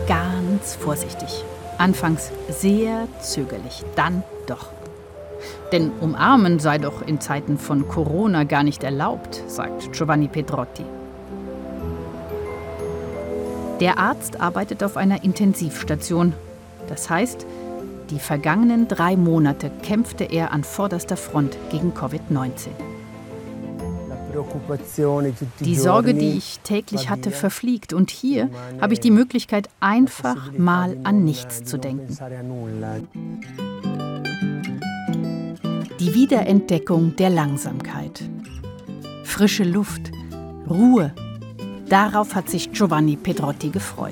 ganz vorsichtig. Anfangs sehr zögerlich, dann doch. Denn umarmen sei doch in Zeiten von Corona gar nicht erlaubt, sagt Giovanni Pedrotti. Der Arzt arbeitet auf einer Intensivstation. Das heißt, die vergangenen 3 Monate kämpfte er an vorderster Front gegen Covid-19. Die Sorge, die ich täglich hatte, verfliegt. Und hier habe ich die Möglichkeit, einfach mal an nichts zu denken. Die Wiederentdeckung der Langsamkeit. Frische Luft, Ruhe. Darauf hat sich Giovanni Pedrotti gefreut.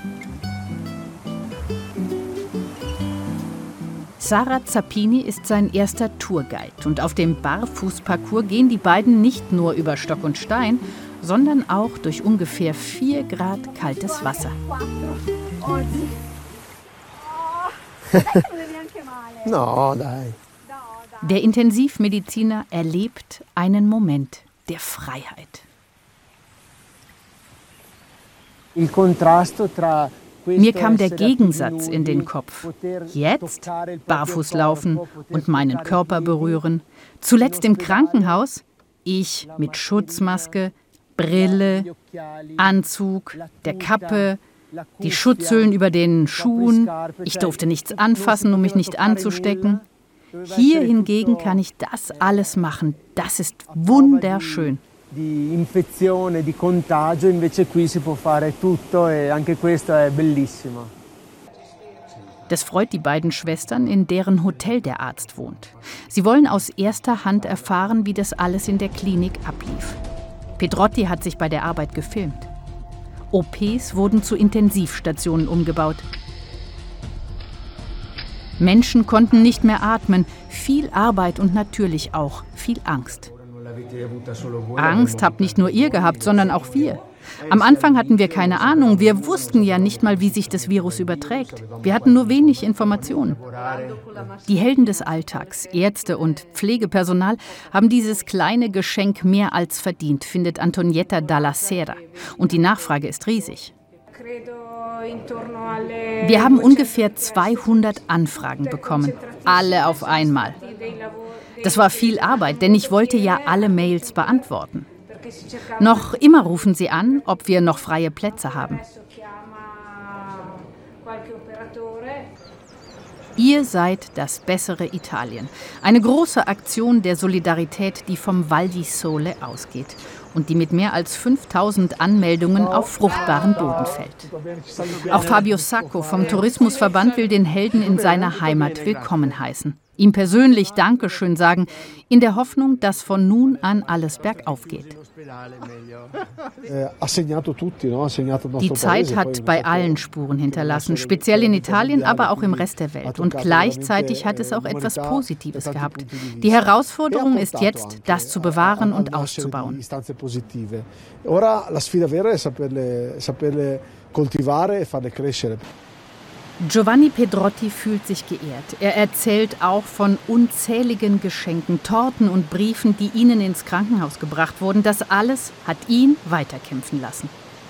Sara Zappini ist sein erster Tourguide. Und auf dem Barfußparcours gehen die beiden nicht nur über Stock und Stein, sondern auch durch ungefähr 4 Grad kaltes Wasser. Der Intensivmediziner erlebt einen Moment der Freiheit. Mir kam der Gegensatz in den Kopf. Jetzt barfuß laufen und meinen Körper berühren. Zuletzt im Krankenhaus, ich mit Schutzmaske, Brille, Anzug, der Kappe, die Schutzhüllen über den Schuhen. Ich durfte nichts anfassen, um mich nicht anzustecken. Hier hingegen kann ich das alles machen. Das ist wunderschön. Di infezione, di contagio, invece qui si può fare tutto e anche questo è bellissimo. Das freut die beiden Schwestern, in deren Hotel der Arzt wohnt. Sie wollen aus erster Hand erfahren, wie das alles in der Klinik ablief. Pedrotti hat sich bei der Arbeit gefilmt. OPs wurden zu Intensivstationen umgebaut. Menschen konnten nicht mehr atmen, viel Arbeit und natürlich auch viel Angst. Angst habt nicht nur ihr gehabt, sondern auch wir. Am Anfang hatten wir keine Ahnung. Wir wussten ja nicht mal, wie sich das Virus überträgt. Wir hatten nur wenig Informationen. Die Helden des Alltags, Ärzte und Pflegepersonal, haben dieses kleine Geschenk mehr als verdient, findet Antonietta Dalla Sera. Und die Nachfrage ist riesig. Wir haben ungefähr 200 Anfragen bekommen. Alle auf einmal. Das war viel Arbeit, denn ich wollte ja alle Mails beantworten. Noch immer rufen sie an, ob wir noch freie Plätze haben. Ihr seid das bessere Italien. Eine große Aktion der Solidarität, die vom Val di Sole ausgeht und die mit mehr als 5000 Anmeldungen auf fruchtbaren Boden fällt. Auch Fabio Sacco vom Tourismusverband will den Helden in seiner Heimat willkommen heißen. Ihm persönlich Dankeschön sagen, in der Hoffnung, dass von nun an alles bergauf geht. Die Zeit hat bei allen Spuren hinterlassen, speziell in Italien, aber auch im Rest der Welt. Und gleichzeitig hat es auch etwas Positives gehabt. Die Herausforderung ist jetzt, das zu bewahren und auszubauen. Giovanni Pedrotti fühlt sich geehrt. Er erzählt auch von unzähligen Geschenken, Torten und Briefen, die ihnen ins Krankenhaus gebracht wurden. Das alles hat ihn weiterkämpfen lassen.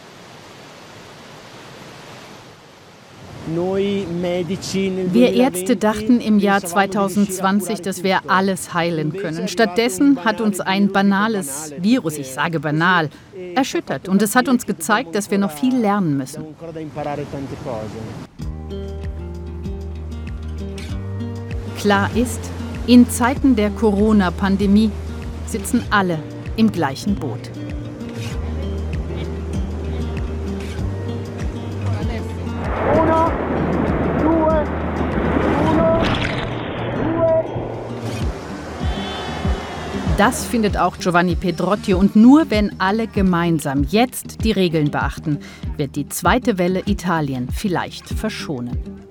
Wir Ärzte dachten im Jahr 2020, dass wir alles heilen können. Stattdessen hat uns ein banales Virus, ich sage banal, erschüttert. Und es hat uns gezeigt, dass wir noch viel lernen müssen. Klar ist, in Zeiten der Corona-Pandemie sitzen alle im gleichen Boot. Das findet auch Giovanni Pedrotti. Und nur wenn alle gemeinsam jetzt die Regeln beachten, wird die zweite Welle Italien vielleicht verschonen.